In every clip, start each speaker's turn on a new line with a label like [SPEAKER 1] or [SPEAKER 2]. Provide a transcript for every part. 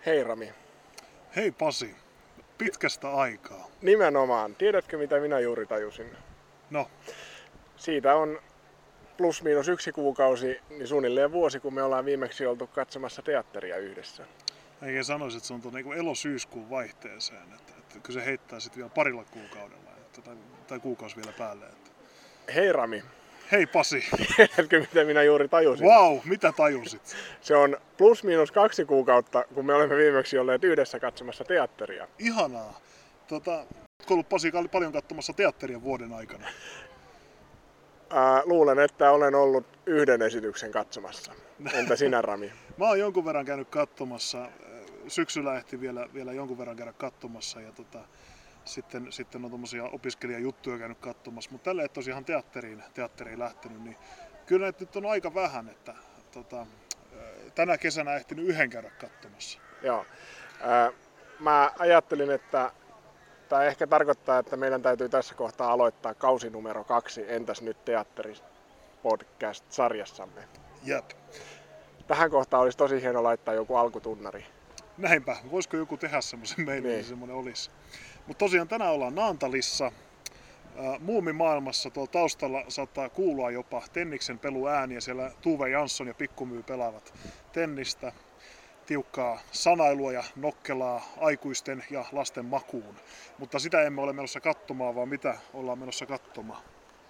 [SPEAKER 1] Hei Rami.
[SPEAKER 2] Hei Pasi, pitkästä aikaa.
[SPEAKER 1] Nimenomaan. Tiedätkö mitä minä juuri tajusin?
[SPEAKER 2] No,
[SPEAKER 1] Siitä on plus miinus 1 kuukausi, niin suunnilleen vuosi, kun me ollaan viimeksi oltu katsomassa teatteria yhdessä.
[SPEAKER 2] eikä sanoisi, että se on tuon niin elo-syyskuun vaihteeseen, että kyllä se heittää sitten vielä parilla kuukaudella, tai kuukausi vielä päälle.
[SPEAKER 1] Hei Rami.
[SPEAKER 2] Hei Pasi.
[SPEAKER 1] Tiedätkö mitä minä juuri tajusin?
[SPEAKER 2] Vau, mitä tajusit?
[SPEAKER 1] Se on plus miinus 2 kuukautta, kun me olemme viimeksi olleet yhdessä katsomassa teatteria.
[SPEAKER 2] Ihanaa. Oletko ollut Pasi paljon katsomassa teatteria vuoden aikana?
[SPEAKER 1] Luulen, että olen ollut yhden esityksen katsomassa. Entä sinä, Rami?
[SPEAKER 2] Mä oon jonkun verran käynyt katsomassa. Syksyllä ehti vielä jonkun verran käydä katsomassa ja sitten on tommosia opiskelijajuttuja käynyt katsomassa, mutta tällä et tosiaan teatteriin lähtenyt, niin kyllä näitä nyt on aika vähän, että tänä kesänä ehtinyt yhden käydä katsomassa.
[SPEAKER 1] Joo. Mä ajattelin, että tämä ehkä tarkoittaa, että meidän täytyy tässä kohtaa aloittaa kausi numero 2 Entäs nyt teatteri podcast-sarjassamme.
[SPEAKER 2] Jep.
[SPEAKER 1] Tähän kohtaan olisi tosi hieno laittaa joku alkutunnari.
[SPEAKER 2] Näinpä. Voisiko joku tehdä semmoisen meille, niin semmoinen olisi. Mutta tosiaan tänään ollaan Naantalissa. Muumimaailmassa tuolla taustalla saattaa kuulua jopa Tenniksen peluääniä. Siellä Tuve Jansson ja Pikkumyy pelaavat tennistä. Tiukkaa sanailua ja nokkelaa aikuisten ja lasten makuun. Mutta sitä emme ole menossa katsomaan, vaan mitä ollaan menossa katsomaan.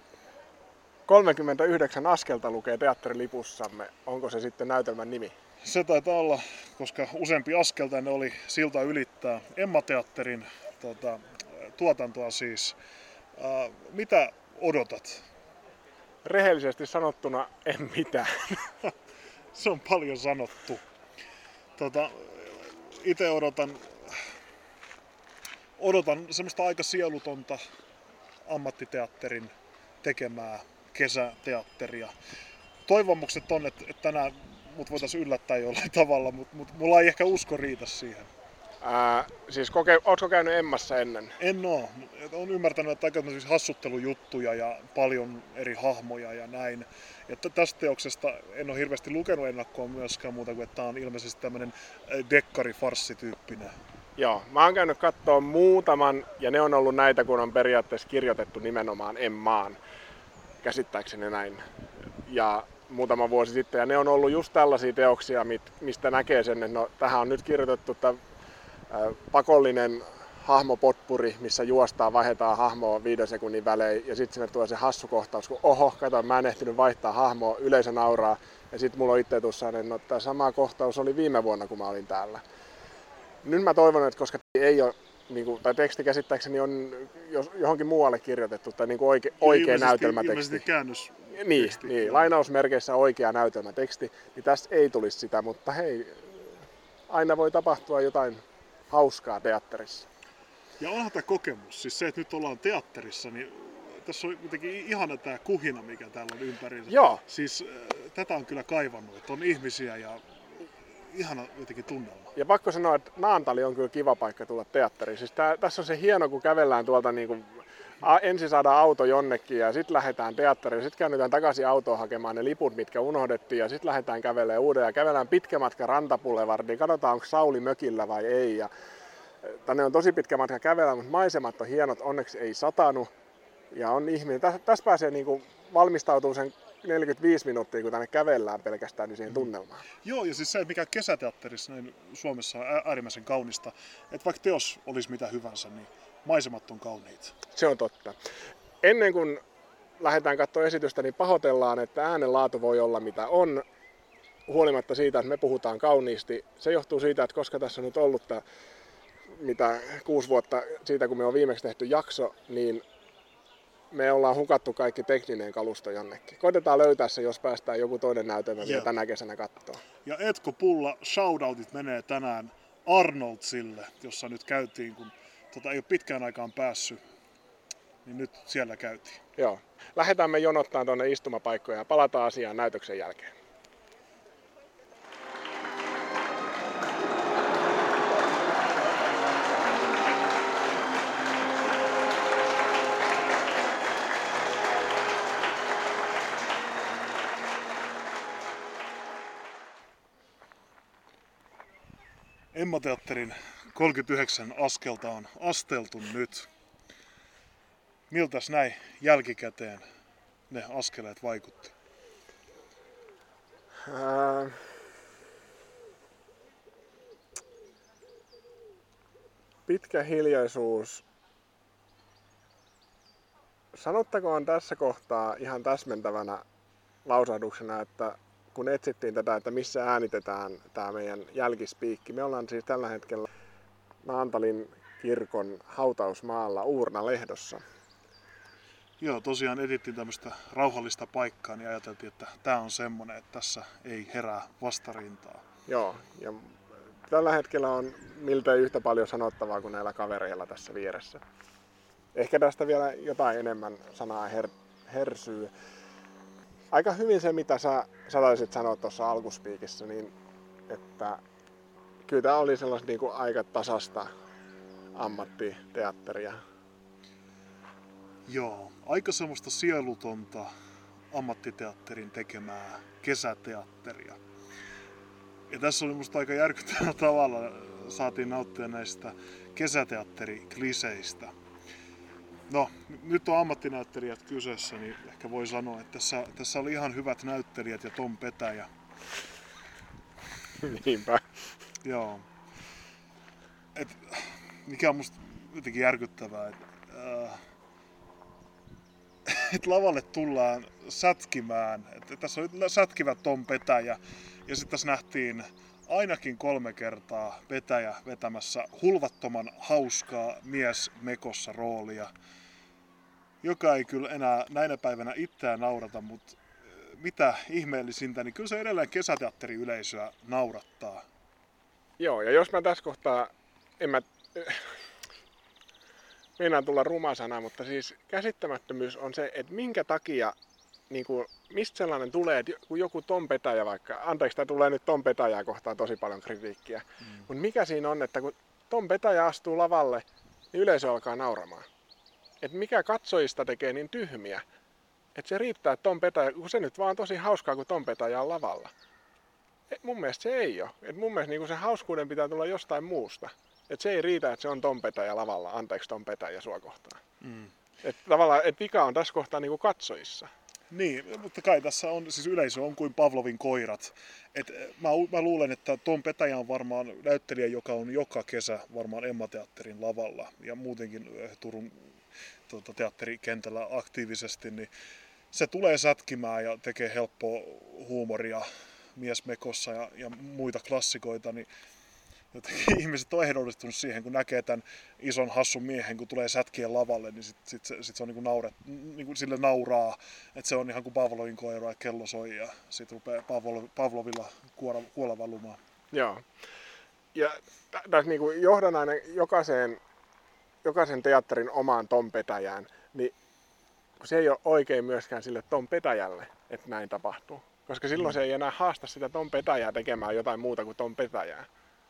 [SPEAKER 1] 39 askelta lukee teatterilipussamme. Onko se sitten näytelmän nimi?
[SPEAKER 2] Se taitaa olla, koska useampi askel tänne oli Silta ylittää Emma-teatterin tuotantoa siis. Mitä odotat?
[SPEAKER 1] Rehellisesti sanottuna en mitään.
[SPEAKER 2] Se on paljon sanottu. Itse odotan semmoista aika sielutonta ammattiteatterin tekemää kesäteatteria. Toivomukset on, että tänään mut voitaisiin yllättää jollain tavalla, mutta mulla ei ehkä usko riitä siihen.
[SPEAKER 1] Siis ootko käynyt Emmassa ennen?
[SPEAKER 2] En oo. Olen ymmärtänyt, että aika hassuttelujuttuja ja paljon eri hahmoja ja näin. Ja tästä teoksesta en ole hirveästi lukenut ennakkoon myöskään muuta kuin, että tämä on ilmeisesti tämmöinen dekkari-farssityyppinen.
[SPEAKER 1] Joo, mä oon käynyt kattoo muutaman ja ne on ollut näitä, kun on periaatteessa kirjoitettu nimenomaan Emmaan. Käsittääkseni näin. Ja muutama vuosi sitten. Ja ne on ollut just tällaisia teoksia, mistä näkee sen, että no, tähän on nyt kirjoitettu pakollinen hahmopotpuri, missä vaihdetaan hahmoa 5 sekunnin välein ja sitten sinne tulee se hassu kohtaus, kun kato, mä en ehtinyt vaihtaa hahmoa, yleisö nauraa ja sitten mulla on itse tuossa, että no, tämä sama kohtaus oli viime vuonna, kun mä olin täällä. Nyt mä toivon, että koska ei ole, tai teksti käsittääkseni on johonkin muualle kirjoitettu tai oikea näytelmäteksti.
[SPEAKER 2] Ilmeisesti käännös.
[SPEAKER 1] Niin, lainausmerkeissä oikea näytelmäteksti, niin tässä ei tulisi sitä, mutta hei, aina voi tapahtua jotain hauskaa teatterissa.
[SPEAKER 2] Ja onhan tämä kokemus, siis se, että nyt ollaan teatterissa, niin tässä on jotenkin ihana tämä kuhina, mikä täällä on ympärillä.
[SPEAKER 1] Joo.
[SPEAKER 2] Siis tätä on kyllä kaivannut, että on ihmisiä ja ihana jotenkin tunnelma.
[SPEAKER 1] Ja pakko sanoa, että Naantali on kyllä kiva paikka tulla teatteriin. Siis tässä on se hieno, kun kävellään tuolta ensin saadaan auto jonnekin ja sitten lähdetään teatteriin. Sitten käännytään takaisin autoon hakemaan ne liput, mitkä unohdettiin ja sitten lähdetään kävelemään uuden ja kävellään pitkä matka Rantapulevardiin. Katsotaan, onko Sauli mökillä vai ei. Ja tänne on tosi pitkä matka kävellä, mutta maisemat on hienot. Onneksi ei satanut ja on ihminen. Tässä pääsee valmistautumaan sen 45 minuuttia, kun tänne kävellään pelkästään niin siihen tunnelmaan.
[SPEAKER 2] Joo, ja siis se, mikä kesäteatterissa näin Suomessa on äärimmäisen kaunista, että vaikka teos olisi mitä hyvänsä, niin maisemat on kauniit.
[SPEAKER 1] Se on totta. Ennen kuin lähdetään katsomaan esitystä, niin pahoitellaan, että äänenlaatu voi olla mitä on, huolimatta siitä, että me puhutaan kauniisti. Se johtuu siitä, että koska tässä on nyt ollut 6 vuotta siitä, kun me on viimeksi tehty jakso, niin me ollaan hukattu kaikki tekninen kalusto jonnekin. Koitetaan löytää se, jos päästään joku toinen näytelmä vielä tänä kesänä katsoa.
[SPEAKER 2] Ja Etko Pulla, shoutoutit menee tänään Arnoldsille, jossa nyt käytiin, kun ei ole pitkään aikaan päässyt, niin nyt siellä käytiin.
[SPEAKER 1] Joo. Lähdetään me jonottaan tuonne istumapaikkoja ja palataan asiaan näytöksen jälkeen.
[SPEAKER 2] Emma-teatterin 39 askelta on asteltu nyt. Miltäs näin jälkikäteen ne askeleet vaikutti?
[SPEAKER 1] Pitkä hiljaisuus. Sanottakoon tässä kohtaa ihan täsmentävänä lausahduksena, että kun etsittiin tätä, että missä äänitetään tämä meidän jälkispiikki. Me ollaan siis tällä hetkellä Naantalin kirkon hautausmaalla Uurnalehdossa.
[SPEAKER 2] Joo, tosiaan etittiin tämmöistä rauhallista paikkaa, niin ajateltiin, että tämä on semmoinen, että tässä ei herää vastarintaa.
[SPEAKER 1] Joo, ja tällä hetkellä on miltei yhtä paljon sanottavaa kuin näillä kavereilla tässä vieressä. Ehkä tästä vielä jotain enemmän sanaa hersyy. Aika hyvin se, mitä sä taisit sanoa tuossa alkuspiikissä, niin että kyllä tämä oli sellaista niin kuin aika tasasta ammattiteatteria.
[SPEAKER 2] Joo, aika semmoista sielutonta ammattiteatterin tekemää kesäteatteria. Ja tässä oli musta aika järkyttävällä tavalla saatiin nauttia näistä kesäteatterikliseistä. No, nyt on ammattinäyttelijät kyseessä, niin ehkä voi sanoa, että tässä oli ihan hyvät näyttelijät ja Tom Petäjä.
[SPEAKER 1] Niinpä.
[SPEAKER 2] Joo. Mikä on musta jotenkin järkyttävää, että lavalle tullaan sätkimään. Tässä oli sätkivä Tom Petäjä ja sitten tässä nähtiin ainakin 3 kertaa Petäjä vetämässä hulvattoman hauskaa mies-mekossa roolia, joka ei kyllä enää näinä päivänä itseään naurata, mutta mitä ihmeellisintä, niin kyllä se edelleen kesäteatteriyleisöä naurattaa.
[SPEAKER 1] Joo, ja jos mä tässä kohtaa, meinaan tulla ruma sana, mutta siis käsittämättömyys on se, että minkä takia, niin kuin, mistä sellainen tulee, että kun joku Tom Petäjä vaikka, anteeksi, tämä tulee nyt Tom Petäjää kohtaan tosi paljon kritiikkiä, mutta mikä siinä on, että kun Tom Petäjä astuu lavalle, niin yleisö alkaa nauramaan. Että mikä katsojista tekee niin tyhmiä, että se riittää, että Tom Petäjä, kun se nyt vaan on tosi hauskaa, kun Tom Petäjä on lavalla. Mun mielestä se ei ole. Et mun mielestä niin se hauskuuden pitää tulla jostain muusta. Et se ei riitä, että se on Tom Petäjä lavalla. Anteeksi Tom Petäjä sua kohtaan. Et tavallaan et vika on tässä kohtaa niin katsojissa.
[SPEAKER 2] Niin, mutta kai tässä on, siis yleisö on kuin Pavlovin koirat. Mä luulen, että Tom Petäjä on varmaan näyttelijä, joka on joka kesä varmaan Emma-teatterin lavalla ja muutenkin Turun teatterikentällä aktiivisesti, niin se tulee sätkimään ja tekee helppoa huumoria miesmekossa ja muita klassikoita, niin jotenkin ihmiset on ehdollistunut siihen, kun näkee tämän ison hassun miehen, kun tulee sätkien lavalle, niin sit se on niin sille nauraa, että se on ihan kuin Pavlovin koira ja kello soi ja sit rupeaa Pavlovilla kuola valumaan.
[SPEAKER 1] Joo. Ja tässä niin kuin johdannainen jokaisen teatterin omaan Tom Petäjään, niin se ei ole oikein myöskään sille Tom Petäjälle, että näin tapahtuu. Koska silloin se ei enää haasta sitä Tom Petäjää tekemään jotain muuta kuin Tom Petäjää.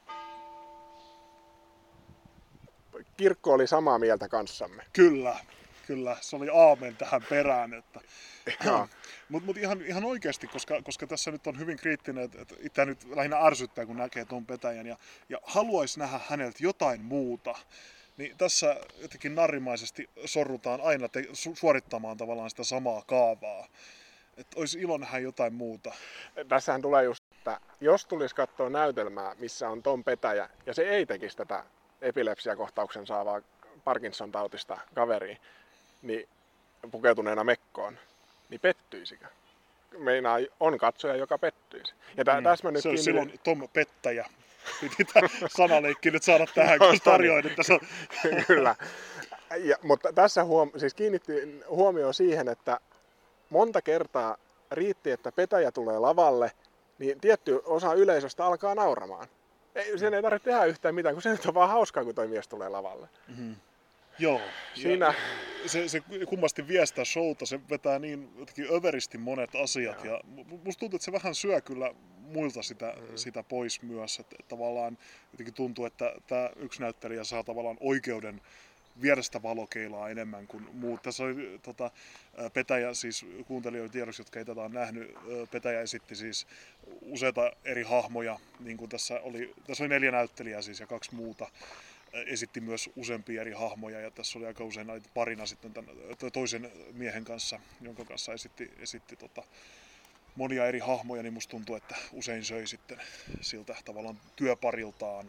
[SPEAKER 1] Kirkko oli samaa mieltä kanssamme.
[SPEAKER 2] Kyllä. Se oli aamen tähän perään. Mutta ihan oikeasti, koska tässä nyt on hyvin kriittinen, että itse nyt lähinnä ärsyttää, kun näkee Tom Petäjän ja haluaisi nähdä häneltä jotain muuta. Niin tässä jotenkin narrimaisesti sorrutaan aina suorittamaan tavallaan sitä samaa kaavaa. Että olisi ilo nähdä jotain muuta.
[SPEAKER 1] Tässähän tulee just, että jos tulisi katsoa näytelmää, missä on Tom Petäjä, ja se ei tekisi tätä epilepsiakohtauksen saavaa Parkinson-tautista kaveria, niin pukeutuneena mekkoon, niin pettyisikö? Meinaa on katsoja, joka pettyisi. Ja tässä mä nyt
[SPEAKER 2] silloin Tom Pettäjä. Piti tämä sanaleikki nyt saada tähän, kun tarjoin.
[SPEAKER 1] Kyllä. Mutta tässä siis kiinnitti huomioon siihen, että monta kertaa riitti, että Petäjä tulee lavalle, niin tietty osa yleisöstä alkaa nauramaan. Sen ei tarvitse tehdä yhtään mitään, kun se nyt on vaan hauskaa, kun toi mies tulee lavalle.
[SPEAKER 2] Mm-hmm. Joo.
[SPEAKER 1] Siinä...
[SPEAKER 2] Se kummasti vie sitä showta, se vetää niin jotenkin överisti monet asiat. Ja musta tuntuu, että se vähän syö kyllä muilta sitä pois myös. Että tavallaan jotenkin tuntuu, että tämä yksi näyttelijä saa tavallaan oikeuden vierestä valokeilaa enemmän kuin muut. Tässä oli Petäjä, siis kuuntelijoiden tiedoksi, jotka ei tätä ole nähnyt, Petäjä esitti siis useita eri hahmoja, niin kuin tässä oli 4 näyttelijää siis ja 2 muuta. Esitti myös useampia eri hahmoja ja tässä oli aika usein parina sitten tämän toisen miehen kanssa, jonka kanssa esitti monia eri hahmoja, niin musta tuntuu, että usein söi sitten siltä tavallaan työpariltaan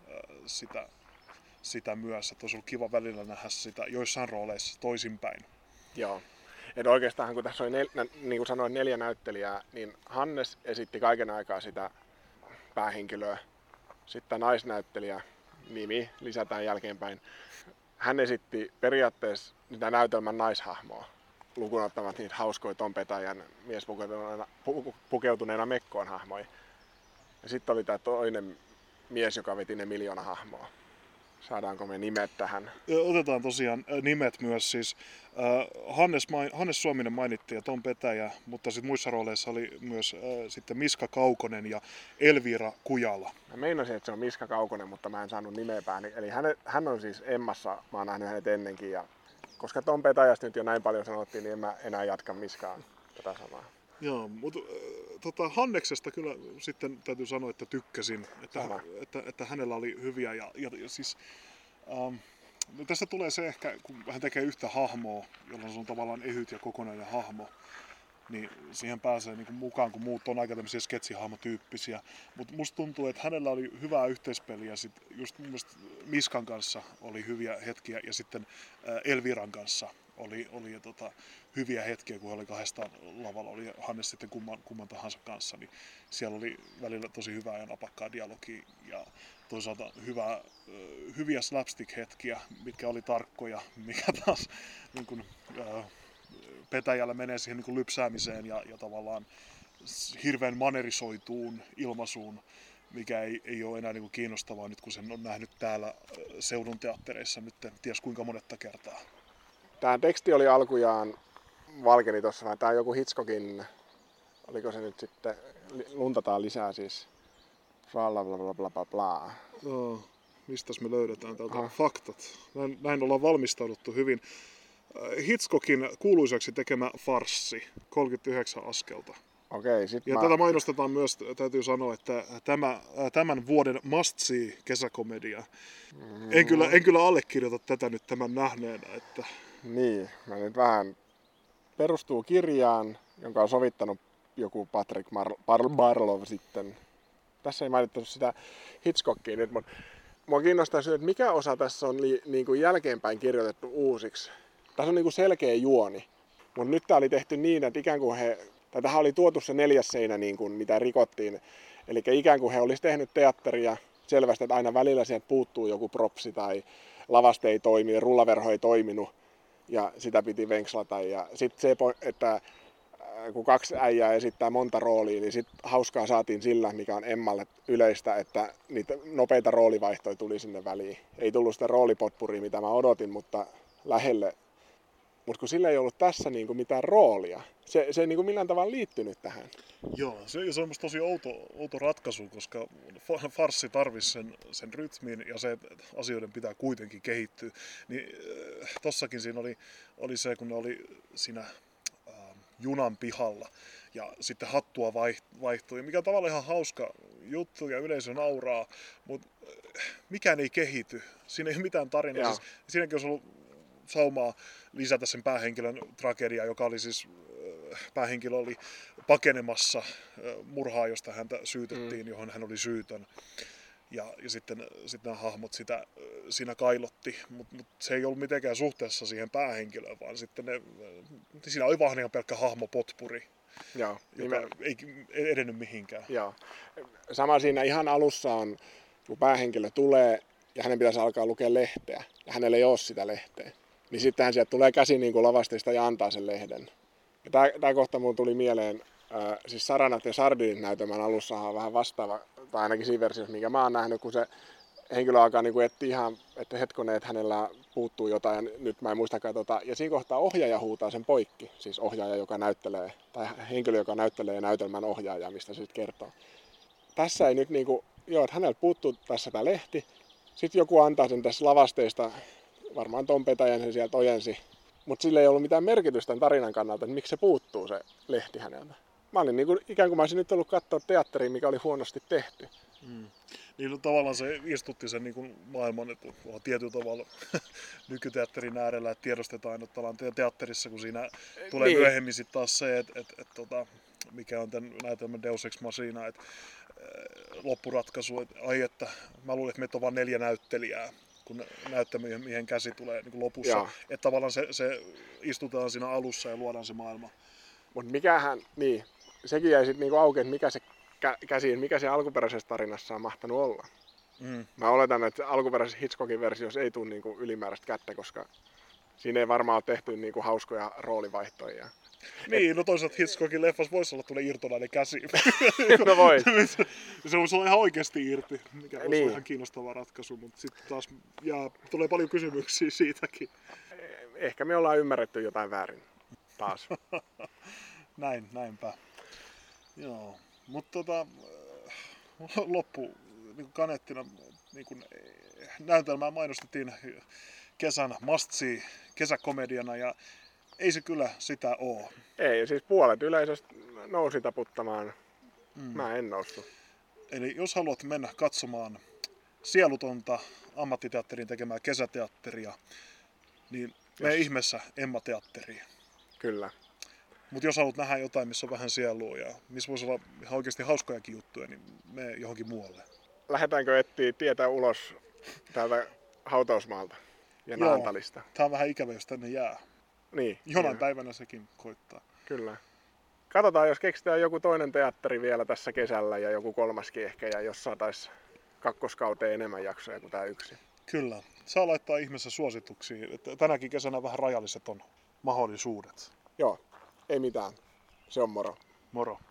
[SPEAKER 2] sitä myös, että olisi ollut kiva välillä nähdä sitä joissain rooleissa toisinpäin.
[SPEAKER 1] Joo. Et oikeastaan kun tässä oli niin kuin sanoin 4 näyttelijää, niin Hannes esitti kaiken aikaa sitä päähenkilöä. Sitten naisnäyttelijä, nimi lisätään jälkeenpäin. Hän esitti periaatteessa niitä näytelmän naishahmoa, lukuun ottamat niitä hauskoja Tom Petäjän pukeutuneena mekkoon hahmoja. Ja sitten oli tämä toinen mies, joka veti ne 1 000 000 hahmoa. Saadaanko me nimet tähän?
[SPEAKER 2] Otetaan tosiaan nimet myös. Siis, Hannes Suominen mainittiin ja Tom Petäjä, mutta sitten muissa rooleissa oli myös sitten Miska Kaukonen ja Elvira Kujala.
[SPEAKER 1] Mä meinasin, että se on Miska Kaukonen, mutta mä en saanut nimeä pääni. Eli hän on siis Emmassa, mä oon nähnyt hänet ennenkin. Ja koska Tom Petäjästä nyt jo näin paljon sanottiin, niin en mä enää jatka Miskaan tätä samaa.
[SPEAKER 2] Joo, mutta Hanneksesta kyllä sitten täytyy sanoa, että tykkäsin, että hänellä oli hyviä ja siis tästä tulee se ehkä, kun hän tekee yhtä hahmoa, jolloin se on tavallaan ehyt ja kokonainen hahmo, niin siihen pääsee niin kuin mukaan, kun muut on aika tämmöisiä sketsihahmotyyppisiä. Mutta musta tuntuu, että hänellä oli hyvää yhteispeliä, sit just mun mielestä Miskan kanssa oli hyviä hetkiä ja sitten Elviran kanssa oli hyviä hetkiä, kun he oli 2 lavalla, oli Hannes sitten kumman tahansa kanssa, niin siellä oli välillä tosi hyvää ja napakkaa dialogia ja toisaalta hyviä slapstick-hetkiä, mitkä oli tarkkoja, mikä taas niin kuin, Petäjällä menee siihen niin kuin lypsäämiseen ja tavallaan hirveän manerisoituun ilmaisuun, mikä ei ole enää niin kuin kiinnostavaa nyt, kun sen on nähnyt täällä seudun teattereissa nyt ties kuinka monetta kertaa.
[SPEAKER 1] Tämä teksti oli alkujaan valkeni tuossa, vai tämä on joku Hitchcockin, oliko se nyt sitten, luntataan lisää siis, bla bla bla bla bla bla.
[SPEAKER 2] No, mistäs me löydetään täältä faktat? Näin ollaan valmistauduttu hyvin. Hitchcockin kuuluisaksi tekemä farssi, 39 askelta.
[SPEAKER 1] Okei,
[SPEAKER 2] ja tätä mainostetaan myös, täytyy sanoa, että tämän vuoden must-see kesäkomedia. En kyllä allekirjoita tätä nyt tämän nähneenä. Että...
[SPEAKER 1] Niin, mä nyt vähän perustuu kirjaan, jonka on sovittanut joku Patrick Barlow sitten. Tässä ei mainittu sitä Hitchcockia nyt, mutta mua kiinnostaa syy, että mikä osa tässä on niin kuin jälkeenpäin kirjoitettu uusiksi. Tässä on niin kuin selkeä juoni, mutta nyt tämä oli tehty niin, että ikään kuin tähän oli tuotu se 4. seinä, niin kuin, mitä rikottiin. Eli ikään kuin he olisi tehnyt teatteria selvästi, että aina välillä sieltä puuttuu joku propsi tai lavaste ei toimi, rullaverho ei toiminut ja sitä piti venkslata. Ja sitten se, että kun 2 äijää esittää monta roolia, niin sitten hauskaa saatiin sillä, mikä on Emmalle yleistä, että niitä nopeita roolivaihtoja tuli sinne väliin. Ei tullut sitä roolipotpuria, mitä mä odotin, mutta lähelle. Mutta kun sillä ei ollut tässä niinku mitään roolia, se ei niinku millään tavalla liittynyt tähän.
[SPEAKER 2] Joo, se on musta tosi outo ratkaisu, koska farssi tarvisi sen rytmin ja se, että asioiden pitää kuitenkin kehittyä. Niin, tossakin siinä oli se, kun ne oli siinä junan pihalla ja sitten hattua vaihtui, mikä on tavallaan ihan hauska juttu ja yleisö nauraa, mutta mikään ei kehity. Siinä ei ole mitään tarinaa. Siis, siinäkin olisi ollut saumaa lisätä sen päähenkilön tragedia, joka oli siis, päähenkilö oli pakenemassa murhaa, josta häntä syytettiin, johon hän oli syytön. Ja sitten hahmot sitä siinä kailotti, mutta se ei ollut mitenkään suhteessa siihen päähenkilöön, vaan sitten siinä oli vaan ihan pelkkä hahmopotpuri, joka ei edennyt mihinkään.
[SPEAKER 1] Joo. Sama siinä ihan alussa on, kun päähenkilö tulee ja hänen pitäisi alkaa lukea lehteä ja hänellä ei ole sitä lehteä. Niin sittenhän sieltä tulee käsi niin kuin lavasteista ja antaa sen lehden. Ja tämä kohta mun tuli mieleen, siis Saranat ja Sardinit näytelmän alussa on vähän vastaava, tai ainakin siinä versiossa, minkä mä oon nähnyt, kun se henkilö alkaa niin kuin etsiä ihan, että hetkonen, että hänellä puuttuu jotain, ja nyt mä en muistakaan ja siinä kohtaa ohjaaja huutaa sen poikki, siis ohjaaja, joka näyttelee, tai henkilö, joka näyttelee näytelmän ohjaajaa, mistä se sitten kertoo. Tässä ei nyt että hänellä puuttuu tässä tämä lehti, sitten joku antaa sen tässä lavasteista varmaan Tom Petäjän sen sieltä ojensi. Mutta sillä ei ollut mitään merkitystä tämän tarinan kannalta, että miksi se puuttuu se lehti häneltä. Mä olin ikään kuin mä olisin nyt ollut katsoa teatteria, mikä oli huonosti tehty.
[SPEAKER 2] Niin no, tavallaan se istutti sen niin maailman, että on tietyllä tavalla nykyteatterin äärellä, että tiedostetaan, että ollaan teatterissa, kun siinä tulee niin myöhemmin sitten taas se, että mikä on tämän näytelmän Deus Ex Machina, että loppuratkaisu, että mä luulen, että meitä on vain 4 näyttelijää, kun näyttämö, mihin käsi tulee niin lopussa. Joo. Että tavallaan se istutaan siinä alussa ja luodaan se maailma.
[SPEAKER 1] Mutta mikähän, niin, sekin jäi sitten niinku auki, että mikä se käsiin, mikä se alkuperäisessä tarinassa on mahtanut olla. Mä oletan, että alkuperäisessä Hitchcockin versiossa ei tule niinku ylimääräistä kättä, koska siinä ei varmaan ole tehty niinku hauskoja roolivaihtoja.
[SPEAKER 2] Niin, no toisaalta Hitchcockin leffassa voisi olla tuolle irtolainen käsi.
[SPEAKER 1] No voi.
[SPEAKER 2] Se voisi olla ihan oikeasti irti, mikä voisi olla ihan kiinnostava ratkaisu, mutta sitten taas tulee paljon kysymyksiä siitäkin.
[SPEAKER 1] Ehkä me ollaan ymmärretty jotain väärin taas.
[SPEAKER 2] Näinpä. Joo, mutta loppu niin kaneettina niin näytelmää mainostettiin kesän must-see kesäkomediana ja ei se kyllä sitä oo.
[SPEAKER 1] Ei, siis puolet yleisöstä nousi taputtamaan. Mä en noussut.
[SPEAKER 2] Eli jos haluat mennä katsomaan sielutonta ammattiteatterin tekemää kesäteatteria, niin mene ihmeessä Emma-teatteriin.
[SPEAKER 1] Kyllä.
[SPEAKER 2] Mutta jos haluat nähdä jotain, missä on vähän sielua ja missä voisi olla ihan oikeasti hauskojakin juttuja, niin mene johonkin muualle.
[SPEAKER 1] Lähdetäänkö etsiä tietä ulos täältä hautausmaalta ja Naantalista?
[SPEAKER 2] Tää on vähän ikävä, jos tänne jää.
[SPEAKER 1] Niin.
[SPEAKER 2] Jonain päivänä sekin koittaa.
[SPEAKER 1] Kyllä. Katsotaan, jos keksitään joku toinen teatteri vielä tässä kesällä ja joku kolmaskin ehkä, ja jos saataisiin kakkoskauteen enemmän jaksoja kuin tämä 1.
[SPEAKER 2] Kyllä. Saa laittaa ihmeessä suosituksia. Tänäkin kesänä vähän rajalliset on mahdollisuudet.
[SPEAKER 1] Joo, ei mitään. Se on moro.
[SPEAKER 2] Moro.